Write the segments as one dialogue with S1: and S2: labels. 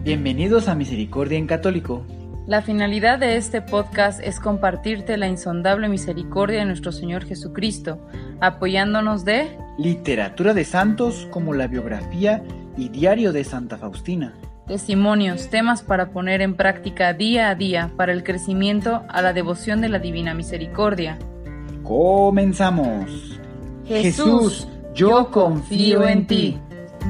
S1: Bienvenidos a Misericordia en Católico.
S2: La finalidad de este podcast es compartirte la insondable misericordia de nuestro Señor Jesucristo, apoyándonos de
S1: literatura de santos como la biografía y diario de Santa Faustina,
S2: testimonios, temas para poner en práctica día a día para el crecimiento a la devoción de la Divina Misericordia.
S1: ¡Comenzamos!
S2: Jesús, yo confío en ti.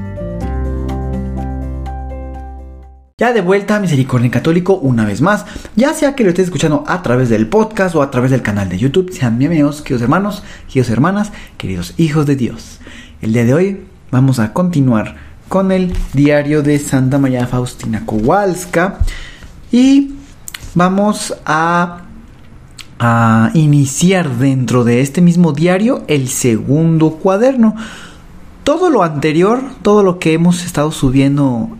S1: Ya de vuelta a Misericordia en Católico una vez más, ya sea que lo estés escuchando a través del podcast o a través del canal de YouTube. Sean bienvenidos, queridos hermanos, queridos hermanas, queridos hijos de Dios. El día de hoy vamos a continuar con el diario de Santa María Faustina Kowalska y vamos a iniciar dentro de este mismo diario el segundo cuaderno. Todo lo anterior, todo lo que hemos estado subiendo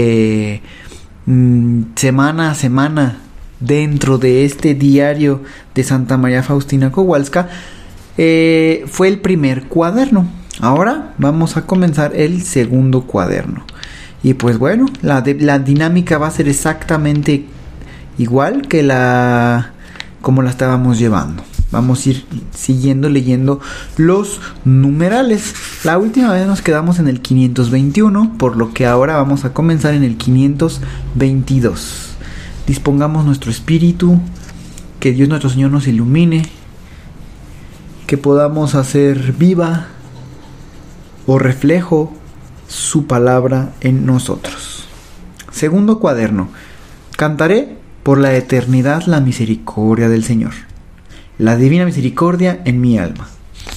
S1: semana a semana dentro de este diario de Santa María Faustina Kowalska fue el primer cuaderno. Ahora vamos a comenzar el segundo cuaderno. Y pues bueno, la dinámica va a ser exactamente igual que como la estábamos llevando. Vamos a ir siguiendo leyendo los numerales. La última vez nos quedamos en el 521, por lo que ahora vamos a comenzar en el 522. Dispongamos nuestro espíritu, que Dios nuestro Señor nos ilumine, que podamos hacer viva o reflejo su palabra en nosotros. Segundo cuaderno. Cantaré por la eternidad la misericordia del Señor. La divina misericordia en mi alma.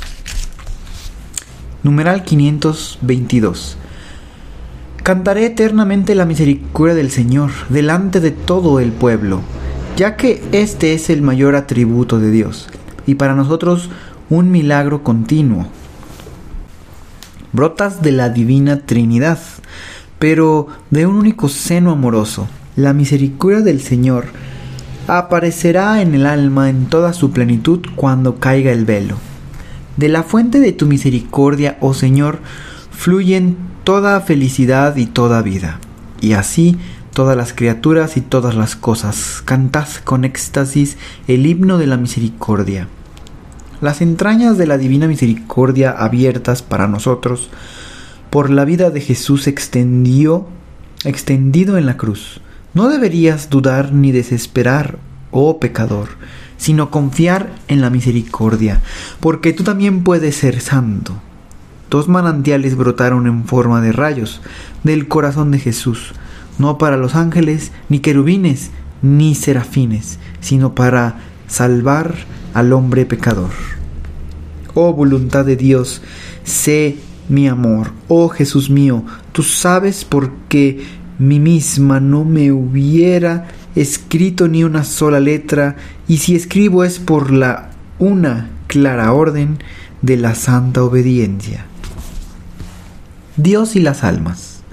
S1: Numeral 522. Cantaré eternamente la misericordia del Señor delante de todo el pueblo, ya que este es el mayor atributo de Dios, y para nosotros un milagro continuo. Brotas de la divina Trinidad, pero de un único seno amoroso. La misericordia del Señor aparecerá en el alma en toda su plenitud cuando caiga el velo. De la fuente de tu misericordia, oh Señor, fluyen toda felicidad y toda vida. Y así todas las criaturas y todas las cosas. Cantad con éxtasis el himno de la misericordia. Las entrañas de la divina misericordia abiertas para nosotros por la vida de Jesús extendido en la cruz. No deberías dudar ni desesperar, oh pecador, sino confiar en la misericordia, porque tú también puedes ser santo. Dos manantiales brotaron en forma de rayos del corazón de Jesús, no para los ángeles, ni querubines, ni serafines, sino para salvar al hombre pecador. Oh voluntad de Dios, sé mi amor. Oh Jesús mío, tú sabes por qué mí misma no me hubiera escrito ni una sola letra, y si escribo es por una clara orden de la santa obediencia. Dios y las almas.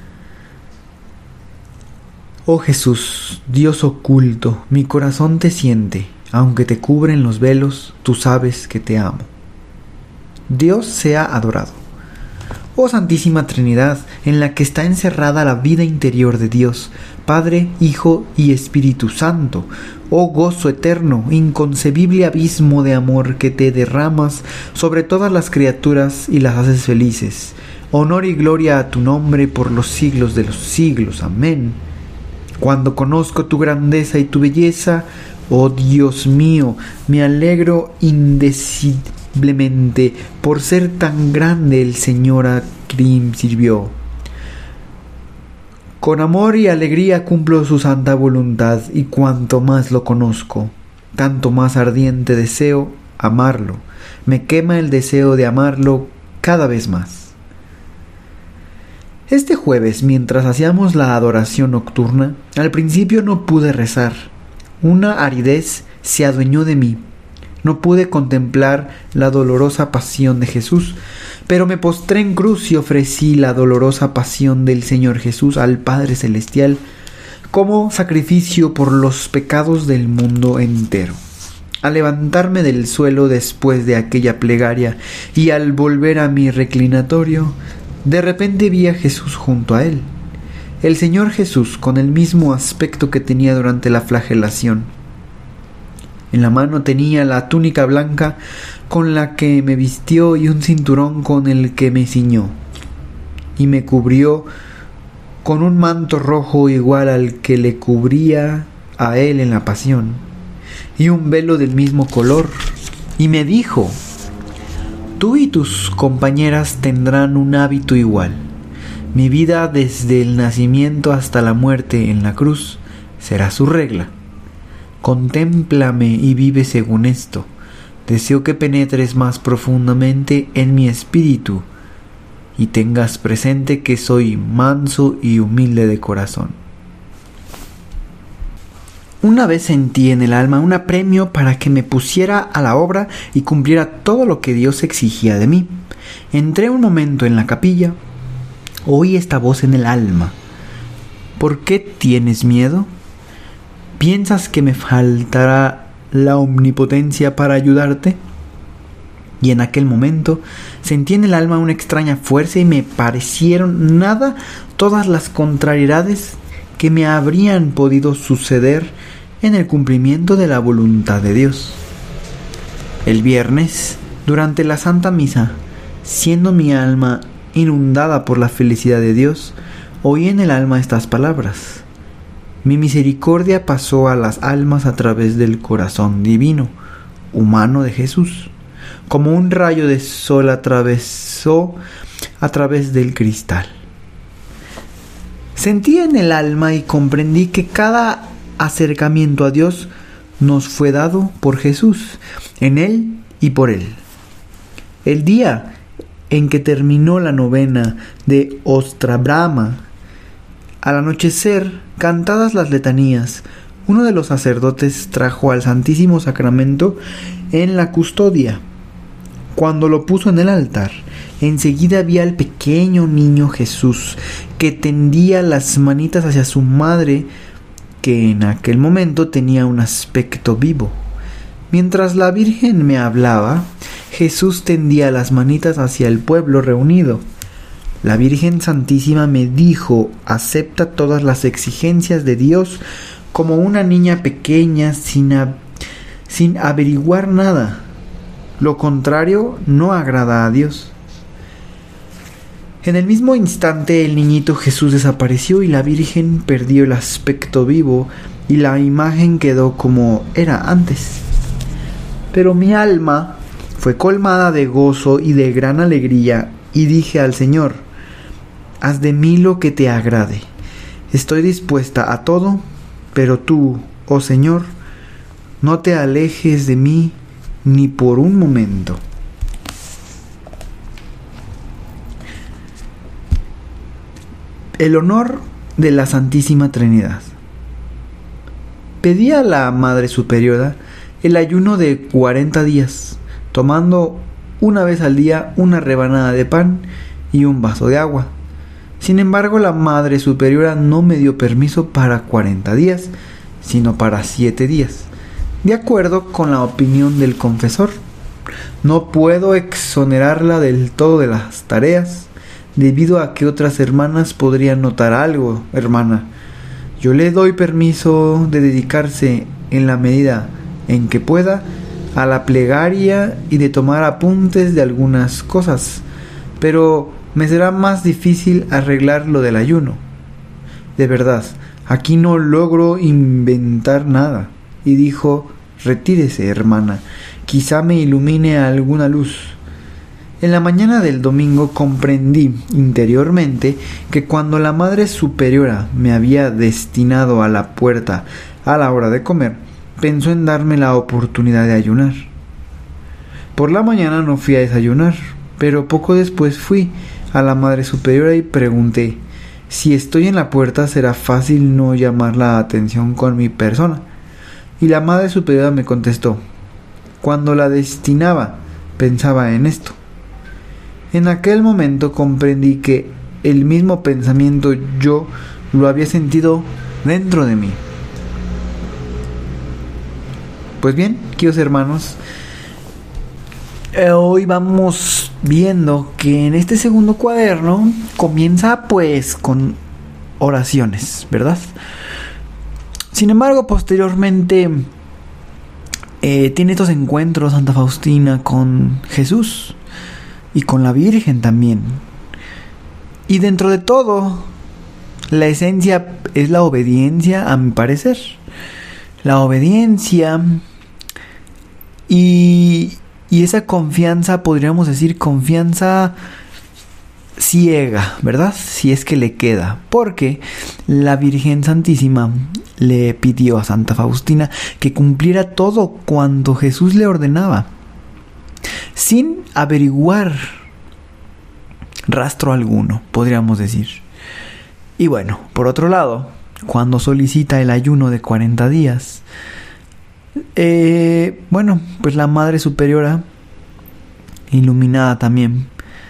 S1: Oh Jesús, Dios oculto, mi corazón te siente, aunque te cubren los velos, tú sabes que te amo. Dios sea adorado. Oh Santísima Trinidad, en la que está encerrada la vida interior de Dios, Padre, Hijo y Espíritu Santo. Oh gozo eterno, inconcebible abismo de amor que te derramas sobre todas las criaturas y las haces felices. Honor y gloria a tu nombre por los siglos de los siglos. Amén. Cuando conozco tu grandeza y tu belleza, oh Dios mío, me alegro indecidiblemente por ser tan grande el Señor a quien sirvió. Con amor y alegría cumplo su santa voluntad, y cuanto más lo conozco, tanto más ardiente deseo amarlo. Me quema el deseo de amarlo cada vez más. Este jueves, mientras hacíamos la adoración nocturna, al principio no pude rezar. Una aridez se adueñó de mí. No pude contemplar la dolorosa pasión de Jesús, pero me postré en cruz y ofrecí la dolorosa pasión del Señor Jesús al Padre Celestial como sacrificio por los pecados del mundo entero. Al levantarme del suelo después de aquella plegaria y al volver a mi reclinatorio, de repente vi a Jesús junto a él. el Señor Jesús con el mismo aspecto que tenía durante la flagelación. En la mano tenía la túnica blanca con la que me vistió y un cinturón con el que me ciñó, y me cubrió con un manto rojo igual al que le cubría a él en la pasión, y un velo del mismo color, y me dijo: tú y tus compañeras tendrán un hábito igual. Mi vida desde el nacimiento hasta la muerte en la cruz será su regla. Contémplame y vive según esto. Deseo que penetres más profundamente en mi espíritu y tengas presente que soy manso y humilde de corazón. Una vez sentí en el alma un apremio para que me pusiera a la obra y cumpliera todo lo que Dios exigía de mí. Entré un momento en la capilla. Oí esta voz en el alma: ¿por qué tienes miedo? ¿Piensas que me faltará la omnipotencia para ayudarte? Y en aquel momento sentí en el alma una extraña fuerza y me parecieron nada todas las contrariedades que me habrían podido suceder en el cumplimiento de la voluntad de Dios. El viernes, durante la Santa Misa, siendo mi alma inundada por la felicidad de Dios, oí en el alma estas palabras: mi misericordia pasó a las almas a través del corazón divino, humano de Jesús, como un rayo de sol atravesó a través del cristal. Sentí en el alma y comprendí que cada acercamiento a Dios nos fue dado por Jesús, en Él y por Él. El día en que terminó la novena de Ostrabrama, al anochecer, cantadas las letanías, uno de los sacerdotes trajo al Santísimo Sacramento en la custodia. Cuando lo puso en el altar, enseguida vi al pequeño niño Jesús, que tendía las manitas hacia su madre, que en aquel momento tenía un aspecto vivo. Mientras la Virgen me hablaba, Jesús tendía las manitas hacia el pueblo reunido. La Virgen Santísima me dijo: acepta todas las exigencias de Dios como una niña pequeña sin averiguar nada. Lo contrario no agrada a Dios. En el mismo instante el niñito Jesús desapareció y la Virgen perdió el aspecto vivo y la imagen quedó como era antes. Pero mi alma fue colmada de gozo y de gran alegría y dije al Señor: haz de mí lo que te agrade. Estoy dispuesta a todo, pero tú, oh Señor, no te alejes de mí ni por un momento. El honor de la Santísima Trinidad. Pedí a la Madre Superiora el ayuno de 40 días, tomando una vez al día una rebanada de pan y un vaso de agua. Sin embargo, la Madre Superiora no me dio permiso para 40 días, sino para 7 días, de acuerdo con la opinión del confesor. No puedo exonerarla del todo de las tareas, debido a que otras hermanas podrían notar algo. Hermana, yo le doy permiso de dedicarse en la medida en que pueda a la plegaria y de tomar apuntes de algunas cosas, pero me será más difícil arreglar lo del ayuno. De verdad, aquí no logro inventar nada. Y dijo: retírese, hermana, quizá me ilumine alguna luz. En la mañana del domingo comprendí interiormente que cuando la Madre Superiora me había destinado a la puerta a la hora de comer, pensó en darme la oportunidad de ayunar. Por la mañana no fui a desayunar, pero poco después fui a la Madre Superiora y pregunté: si estoy en la puerta, será fácil no llamar la atención con mi persona. Y la Madre Superiora me contestó: cuando la destinaba, pensaba en esto. En aquel momento comprendí que el mismo pensamiento yo lo había sentido dentro de mí. Pues bien, queridos hermanos, hoy vamos viendo que en este segundo cuaderno comienza pues con oraciones, ¿verdad? Sin embargo, posteriormente tiene estos encuentros Santa Faustina con Jesús y con la Virgen también. Y dentro de todo, la esencia es la obediencia, a mi parecer. La obediencia y esa confianza, podríamos decir confianza ciega, ¿verdad? Si es que le queda, porque la Virgen Santísima le pidió a Santa Faustina que cumpliera todo cuanto Jesús le ordenaba, sin averiguar rastro alguno, podríamos decir. Y bueno, por otro lado, cuando solicita el ayuno de 40 días, pues la Madre Superiora, iluminada también,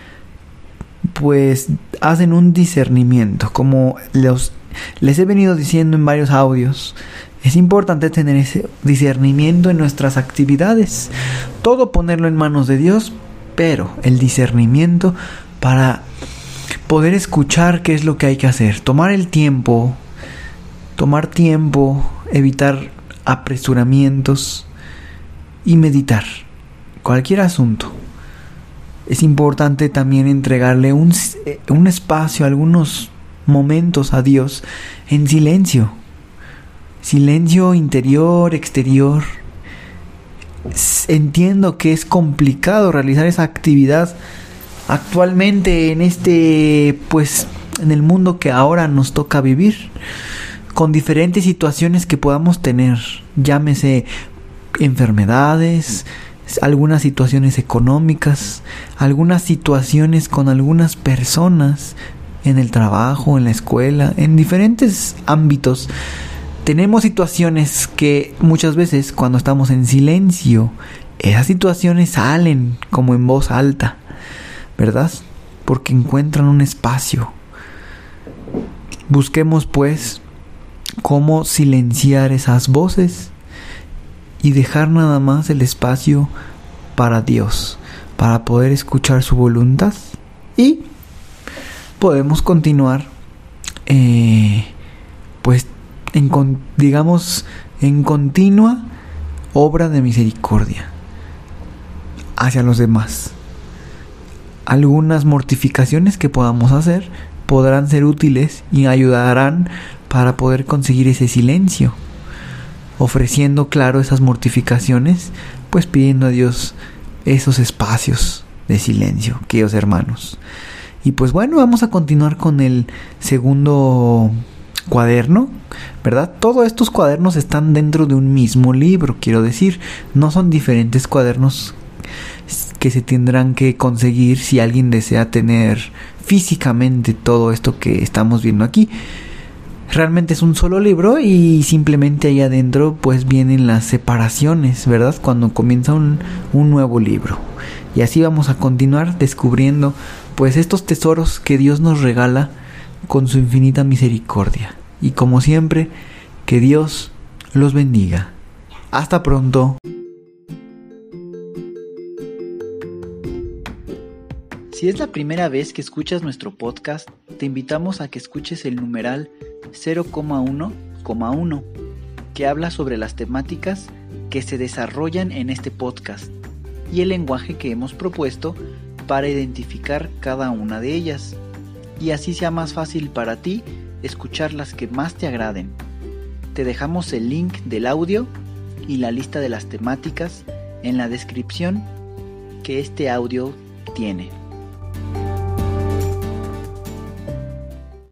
S1: pues hacen un discernimiento, como les he venido diciendo en varios audios. Es importante tener ese discernimiento en nuestras actividades, todo ponerlo en manos de Dios, pero el discernimiento para poder escuchar qué es lo que hay que hacer, tomar tiempo, evitar apresuramientos y meditar cualquier asunto. Es importante también entregarle un espacio, algunos momentos a Dios en silencio. Silencio interior, exterior. Entiendo que es complicado realizar esa actividad actualmente en en el mundo que ahora nos toca vivir, con diferentes situaciones que podamos tener, llámese enfermedades, algunas situaciones económicas, algunas situaciones con algunas personas en el trabajo, en la escuela, en diferentes ámbitos. Tenemos situaciones que muchas veces cuando estamos en silencio, esas situaciones salen como en voz alta, ¿verdad? Porque encuentran un espacio. Busquemos pues cómo silenciar esas voces y dejar nada más el espacio para Dios, para poder escuchar su voluntad, y podemos continuar en continua obra de misericordia hacia los demás. Algunas mortificaciones que podamos hacer podrán ser útiles y ayudarán para poder conseguir ese silencio, ofreciendo, claro, esas mortificaciones, pues pidiendo a Dios esos espacios de silencio, queridos hermanos. Y pues bueno, vamos a continuar con el segundo cuaderno, ¿verdad? Todos estos cuadernos están dentro de un mismo libro, quiero decir, no son diferentes cuadernos que se tendrán que conseguir si alguien desea tener físicamente todo esto que estamos viendo aquí. Realmente es un solo libro y simplemente ahí adentro pues vienen las separaciones, ¿verdad? Cuando comienza un nuevo libro. Y así vamos a continuar descubriendo pues estos tesoros que Dios nos regala con su infinita misericordia. Y como siempre, que Dios los bendiga. Hasta pronto. Si es la primera vez que escuchas nuestro podcast, te invitamos a que escuches el numeral 0,1,1, que habla sobre las temáticas que se desarrollan en este podcast y el lenguaje que hemos propuesto para identificar cada una de ellas, y así sea más fácil para ti escuchar las que más te agraden. Te dejamos el link del audio y la lista de las temáticas en la descripción que este audio tiene.